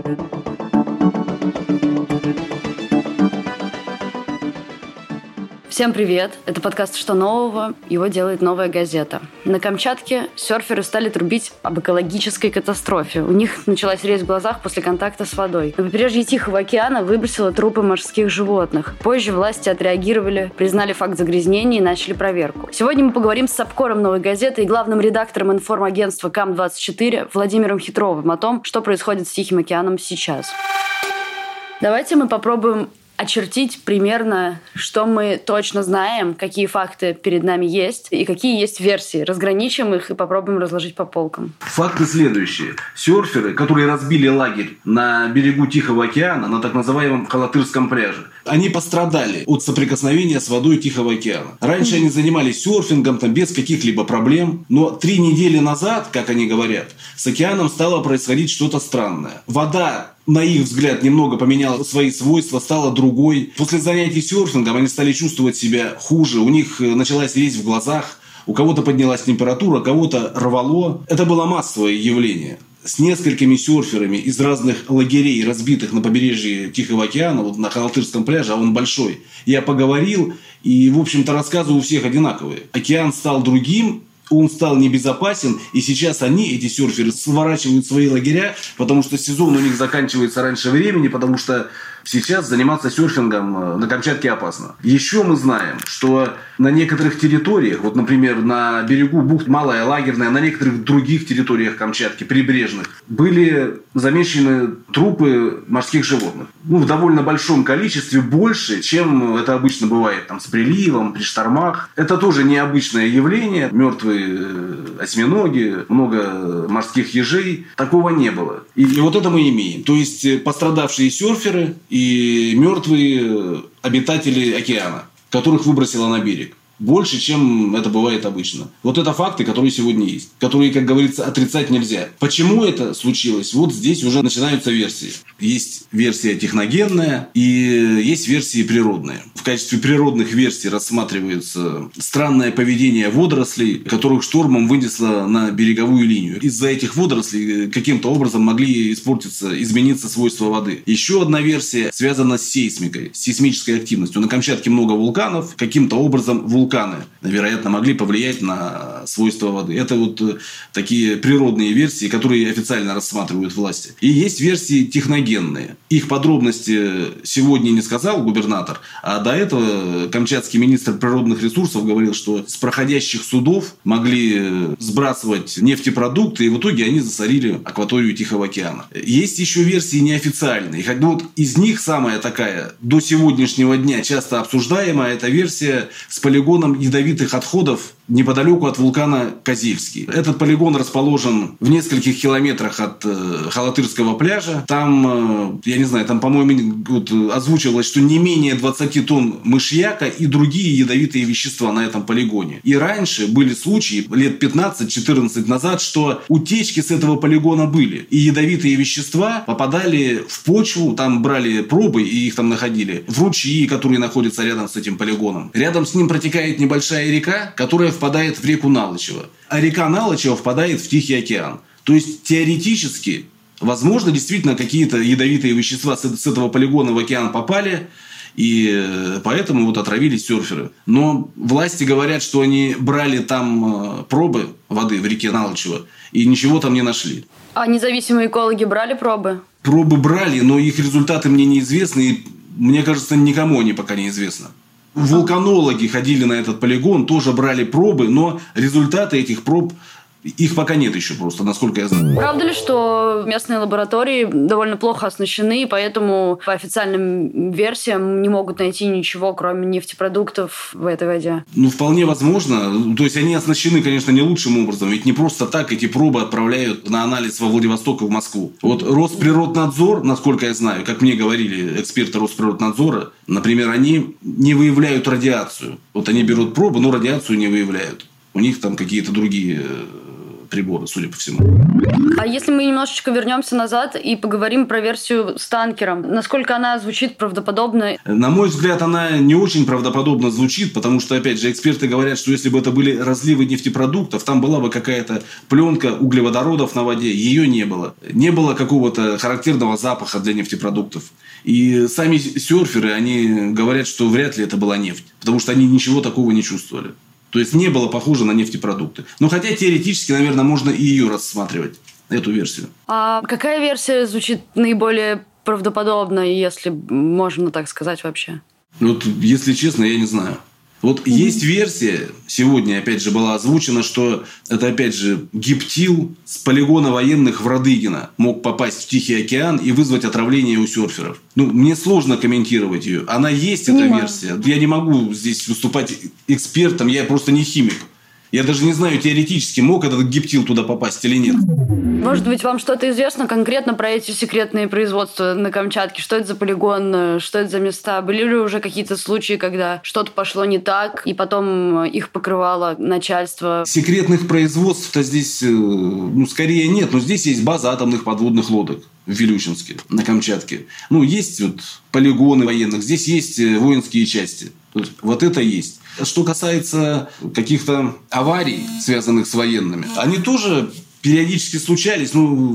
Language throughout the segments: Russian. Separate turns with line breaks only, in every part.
Всем привет! Это подкаст «Что нового?». Его делает «Новая газета». На Камчатке серферы стали трубить об экологической катастрофе. У них началась резь в глазах после контакта с водой. На побережье Тихого океана выбросило трупы морских животных. Позже власти отреагировали, признали факт загрязнения и начали проверку. Сегодня мы поговорим с обкором «Новой газеты» и главным редактором информагентства КАМ-24 Владимиром Хитровым о том, что происходит с Тихим океаном сейчас. Давайте мы попробуем очертить примерно, что мы точно знаем, какие факты перед нами есть и какие есть версии. Разграничим их и попробуем разложить по полкам.
Факты следующие. Серферы, которые разбили лагерь на берегу Тихого океана, на так называемом Халатырском пляже, они пострадали от соприкосновения с водой Тихого океана. Раньше они занимались серфингом там, без каких-либо проблем, но 3 недели назад, как они говорят, с океаном стало происходить что-то странное. Вода, на их взгляд, немного поменяла свои свойства, стала другой. После занятий серфингом они стали чувствовать себя хуже. У них началась резь в глазах. У кого-то поднялась температура, кого-то рвало. Это было массовое явление. С несколькими серферами из разных лагерей, разбитых на побережье Тихого океана, вот на Халатырском пляже, а он большой, я поговорил, и, в общем-то, рассказы у всех одинаковые. Океан стал другим, он стал небезопасен, и сейчас они, эти серферы, сворачивают свои лагеря, потому что сезон у них заканчивается раньше времени, потому что сейчас заниматься серфингом на Камчатке опасно. Еще мы знаем, что на некоторых территориях, вот, например, на берегу бухты Малая Лагерная, на некоторых других территориях Камчатки, прибрежных, были замечены трупы морских животных. В довольно большом количестве, больше, чем это обычно бывает там, с приливом, при штормах. Это тоже необычное явление. Мертвые осьминоги, много морских ежей. Такого не было. И вот это мы имеем. То есть пострадавшие серферы и мертвые обитатели океана, которых выбросило на берег. Больше, чем это бывает обычно. Вот это факты, которые сегодня есть. Которые, как говорится, отрицать нельзя. Почему это случилось? Вот здесь уже начинаются версии. Есть версия техногенная и есть версии природные. В качестве природных версий рассматривается странное поведение водорослей, которых штормом вынесло на береговую линию. Из-за этих водорослей каким-то образом могли испортиться, измениться свойства воды. Еще одна версия связана с сейсмикой, с сейсмической активностью. На Камчатке много вулканов. Каким-то образом вулканы, вероятно, могли повлиять на свойства воды. Это вот такие природные версии, которые официально рассматривают власти. И есть версии техногенные. Их подробности сегодня не сказал губернатор, а до этого камчатский министр природных ресурсов говорил, что с проходящих судов могли сбрасывать нефтепродукты, и в итоге они засорили акваторию Тихого океана. Есть еще версии неофициальные. Вот из них самая такая до сегодняшнего дня часто обсуждаемая, это версия с полигоном ядовитых отходов неподалеку от вулкана Козельский. Этот полигон расположен в нескольких километрах от Халатырского пляжа. Там, я не знаю, там, по-моему, вот, озвучивалось, что не менее 20 тонн мышьяка и другие ядовитые вещества на этом полигоне. И раньше были случаи, лет 15-14 назад, что утечки с этого полигона были. И ядовитые вещества попадали в почву, там брали пробы и их там находили, в ручьи, которые находятся рядом с этим полигоном. Рядом с ним протекает небольшая река, которая впадает в реку Налычево. А река Налычево впадает в Тихий океан. То есть, теоретически, возможно, действительно какие-то ядовитые вещества с этого полигона в океан попали, и поэтому вот отравились серферы. Но власти говорят, что они брали там пробы воды в реке Налычево, и ничего там не нашли.
А независимые экологи брали пробы?
Пробы брали, но их результаты мне неизвестны, и мне кажется, никому они пока неизвестны. Вулканологи ходили на этот полигон, тоже брали пробы, но результаты этих проб, их пока нет еще просто, насколько я знаю.
Правда ли, что местные лаборатории довольно плохо оснащены, и поэтому по официальным версиям не могут найти ничего, кроме нефтепродуктов в этой воде?
Вполне возможно. То есть, они оснащены, конечно, не лучшим образом. Ведь не просто так эти пробы отправляют на анализ во Владивосток и в Москву. Вот Росприроднадзор, насколько я знаю, как мне говорили эксперты Росприроднадзора, например, они не выявляют радиацию. Вот они берут пробы, но радиацию не выявляют. У них там какие-то другие приборы, судя по всему.
А если мы немножечко вернемся назад и поговорим про версию с танкером, насколько она звучит правдоподобно?
На мой взгляд, она не очень правдоподобно звучит, потому что, опять же, эксперты говорят, что если бы это были разливы нефтепродуктов, там была бы какая-то пленка углеводородов на воде. Ее не было. Не было какого-то характерного запаха для нефтепродуктов. И сами серферы, они говорят, что вряд ли это была нефть, потому что они ничего такого не чувствовали. То есть не было похоже на нефтепродукты. Но хотя теоретически, наверное, можно и ее рассматривать, эту версию.
А какая версия звучит наиболее правдоподобно, если можно так сказать вообще?
Вот, если честно, я не знаю. Вот есть версия, сегодня, опять же, была озвучена, что это, опять же, гептил с полигона военных в Радыгино мог попасть в Тихий океан и вызвать отравление у серферов. Мне сложно комментировать ее. Она есть, эта версия. Я не могу здесь выступать экспертом, я просто не химик. Я даже не знаю теоретически, мог этот гептил туда попасть или нет.
Может быть, вам что-то известно конкретно про эти секретные производства на Камчатке? Что это за полигон? Что это за места? Были ли уже какие-то случаи, когда что-то пошло не так, и потом их покрывало начальство?
Секретных производств-то здесь, скорее нет. Но здесь есть база атомных подводных лодок в Вилючинске, на Камчатке. Есть вот полигоны военных, здесь есть воинские части. Вот это есть. Что касается каких-то аварий, связанных с военными, они тоже периодически случались.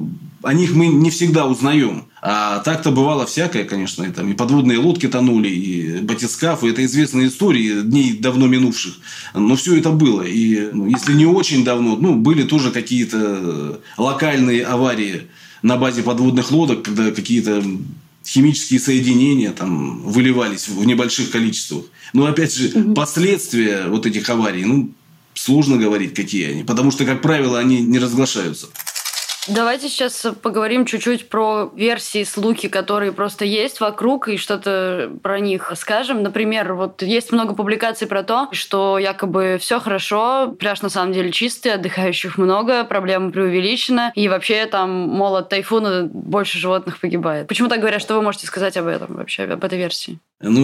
О них мы не всегда узнаем. А так-то бывало всякое, конечно. И подводные лодки тонули, и батискафы. Это известные истории дней давно минувших. Но все это было. И если не очень давно, были тоже какие-то локальные аварии на базе подводных лодок, когда какие-то химические соединения там выливались в небольших количествах. Но опять же, последствия вот этих аварий, сложно говорить, какие они. Потому что, как правило, они не разглашаются.
Давайте сейчас поговорим чуть-чуть про версии, слухи, которые просто есть вокруг, и что-то про них скажем. Например, вот есть много публикаций про то, что якобы все хорошо, пляж на самом деле чистый, отдыхающих много, проблема преувеличена, и вообще там, мол, от тайфуна больше животных погибает. Почему так говорят? Что вы можете сказать об этом вообще, об этой версии?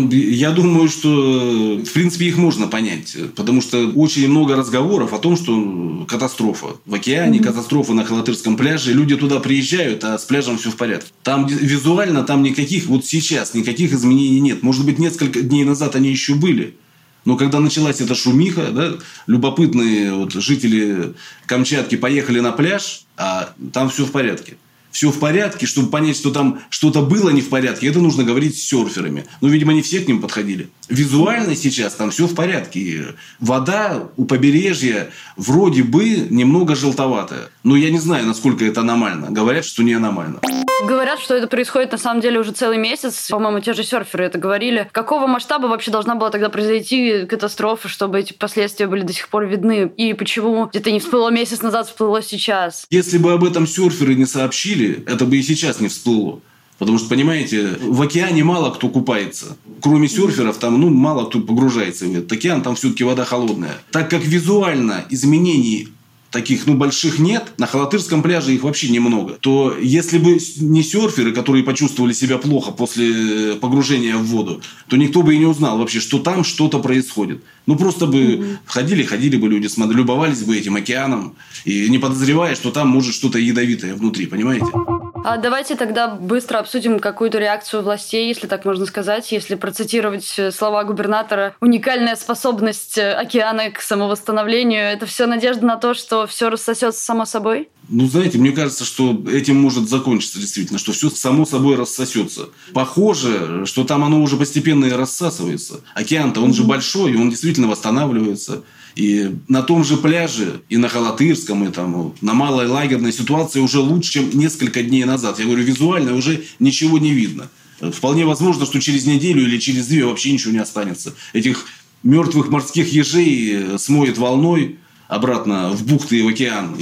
Я думаю, что, в принципе, их можно понять. Потому что очень много разговоров о том, что катастрофа в океане, катастрофа на Халатырском пляже. Люди туда приезжают, а с пляжем все в порядке. Там визуально никаких, вот сейчас, никаких изменений нет. Может быть, несколько дней назад они еще были. Но когда началась эта шумиха, любопытные жители Камчатки поехали на пляж, а там все в порядке. Все в порядке, чтобы понять, что там что-то было не в порядке, это нужно говорить с серферами. Видимо, не все к ним подходили. Визуально сейчас там все в порядке. И вода у побережья вроде бы немного желтоватая. Но я не знаю, насколько это аномально. Говорят, что не аномально.
Говорят, что это происходит на самом деле уже целый месяц. По-моему, те же серферы это говорили. Какого масштаба вообще должна была тогда произойти катастрофа, чтобы эти последствия были до сих пор видны? И почему где-то не всплыло месяц назад, всплыло сейчас?
Если бы об этом серферы не сообщили, это бы и сейчас не всплыло. Потому что, понимаете, в океане мало кто купается. Кроме серферов, там мало кто погружается в этот океан, там все-таки вода холодная. Так как визуально изменений таких больших нет, на Халатырском пляже их вообще немного, то если бы не серферы, которые почувствовали себя плохо после погружения в воду, то никто бы и не узнал вообще, что там что-то происходит. Просто бы ходили бы люди, любовались бы этим океаном, и не подозревая, что там может что-то ядовитое внутри, понимаете?
А давайте тогда быстро обсудим какую-то реакцию властей, если так можно сказать. Если процитировать слова губернатора, уникальная способность океана к самовосстановлению, это все надежда на то, что все рассосется само собой?
Знаете, мне кажется, что этим может закончиться действительно, что все само собой рассосется. Похоже, что там оно уже постепенно и рассасывается. Океан-то, он же большой, и он действительно восстанавливается. И на том же пляже, и на Халатырском, и на Малой Лагерной ситуация уже лучше, чем несколько дней назад. Я говорю, визуально уже ничего не видно. Вполне возможно, что через неделю или через 2 вообще ничего не останется. Этих мертвых морских ежей смоет волной обратно в бухты и в океан.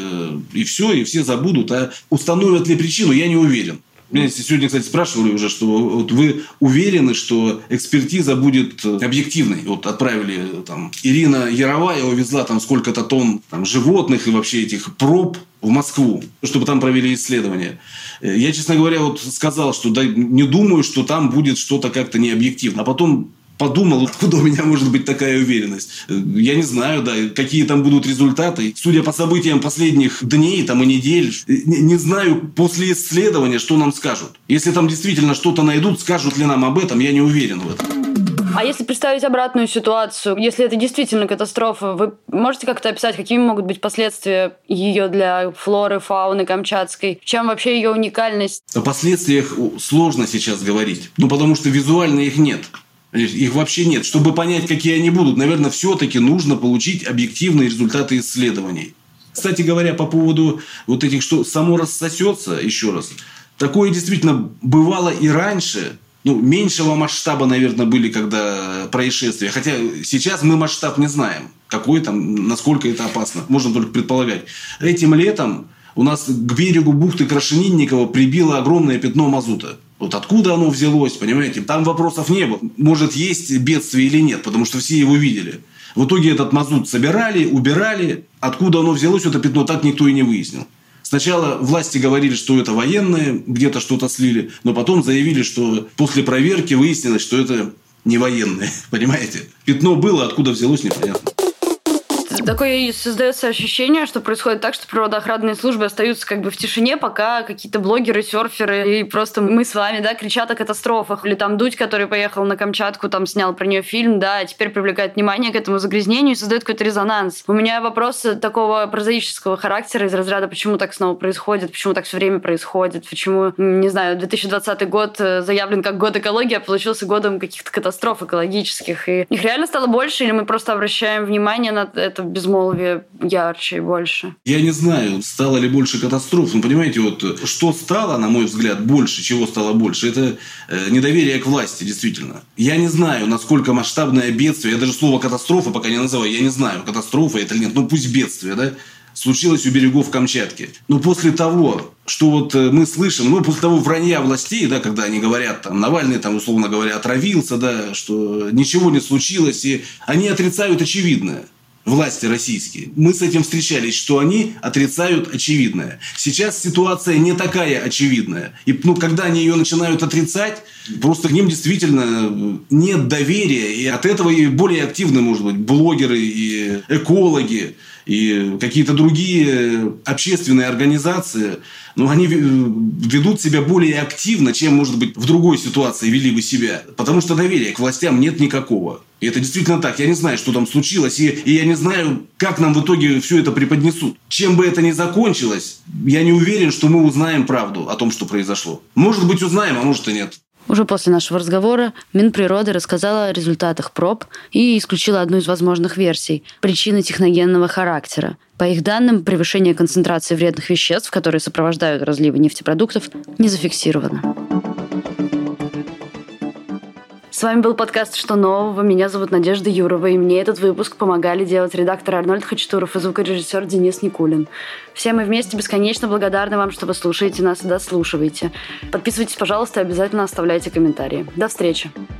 И все, и все забудут. А установят ли причину, я не уверен. Меня сегодня, кстати, спрашивали уже, что вы уверены, что экспертиза будет объективной? Отправили Ирина Яровая увезла сколько-то тонн животных и вообще этих проб в Москву, чтобы там провели исследования. Я, честно говоря, сказал, что не думаю, что там будет что-то как-то необъективно. А потом подумал, откуда у меня может быть такая уверенность. Я не знаю, да, какие там будут результаты. Судя по событиям последних дней там, и недель, не знаю после исследования, что нам скажут. Если там действительно что-то найдут, скажут ли нам об этом, я не уверен в этом.
А если представить обратную ситуацию, если это действительно катастрофа, вы можете как-то описать, какими могут быть последствия ее для флоры, фауны камчатской? В чем вообще ее уникальность?
О последствиях сложно сейчас говорить, потому что визуально их нет. Их вообще нет. Чтобы понять, какие они будут, наверное, все-таки нужно получить объективные результаты исследований. Кстати говоря, по поводу вот этих, что само рассосется, еще раз, такое действительно бывало и раньше. Меньшего масштаба, наверное, были когда происшествия. Хотя сейчас мы масштаб не знаем. Какой там, насколько это опасно. Можно только предполагать. Этим летом у нас к берегу бухты Крашенинникова прибило огромное пятно мазута. Вот откуда оно взялось, понимаете? Там вопросов не было. Может, есть бедствие или нет, потому что все его видели. В итоге этот мазут собирали, убирали. Откуда оно взялось, это пятно, так никто и не выяснил. Сначала власти говорили, что это военные, где-то что-то слили, но потом заявили, что после проверки выяснилось, что это не военные. Понимаете? Пятно было, откуда взялось, непонятно.
Такое создается ощущение, что происходит так, что природоохранные службы остаются как бы в тишине, пока какие-то блогеры, серферы и просто мы с вами, да, кричат о катастрофах. Или там Дудь, который поехал на Камчатку, там снял про нее фильм, да, теперь привлекает внимание к этому загрязнению и создает какой-то резонанс. У меня вопрос такого прозаического характера из разряда, почему так снова происходит, почему так все время происходит, почему, не знаю, 2020 год заявлен как год экологии, а получился годом каких-то катастроф экологических. И их реально стало больше, или мы просто обращаем внимание на это безмолвие ярче и больше?
Я не знаю, стало ли больше катастроф. Понимаете, вот что стало, на мой взгляд, больше, чего стало больше, это недоверие к власти, действительно. Я не знаю, насколько масштабное бедствие, я даже слово катастрофа пока не называю, я не знаю, катастрофа это или нет, пусть бедствие, да, случилось у берегов Камчатки. Но после того, что вот мы слышим, после того вранья властей, да, когда они говорят, там, Навальный, там, условно говоря, отравился, да, что ничего не случилось, и они отрицают очевидное. Власти российские. Мы с этим встречались, что они отрицают очевидное. Сейчас ситуация не такая очевидная. И когда они ее начинают отрицать, просто к ним действительно нет доверия. И от этого и более активны, может быть, блогеры и экологи, и какие-то другие общественные организации. Но они ведут себя более активно, чем, может быть, в другой ситуации вели бы себя. Потому что доверия к властям нет никакого. И это действительно так. Я не знаю, что там случилось. И я не знаю, как нам в итоге все это преподнесут. Чем бы это ни закончилось, я не уверен, что мы узнаем правду о том, что произошло. Может быть, узнаем, а может и нет.
Уже после нашего разговора Минприроды рассказала о результатах проб и исключила одну из возможных версий – причины техногенного характера. По их данным, превышение концентрации вредных веществ, которые сопровождают разливы нефтепродуктов, не зафиксировано. С вами был подкаст «Что нового?». Меня зовут Надежда Юрова, и мне этот выпуск помогали делать редактор Арнольд Хачатуров и звукорежиссер Денис Никулин. Все мы вместе бесконечно благодарны вам, что вы слушаете нас и дослушиваете. Подписывайтесь, пожалуйста, и обязательно оставляйте комментарии. До встречи!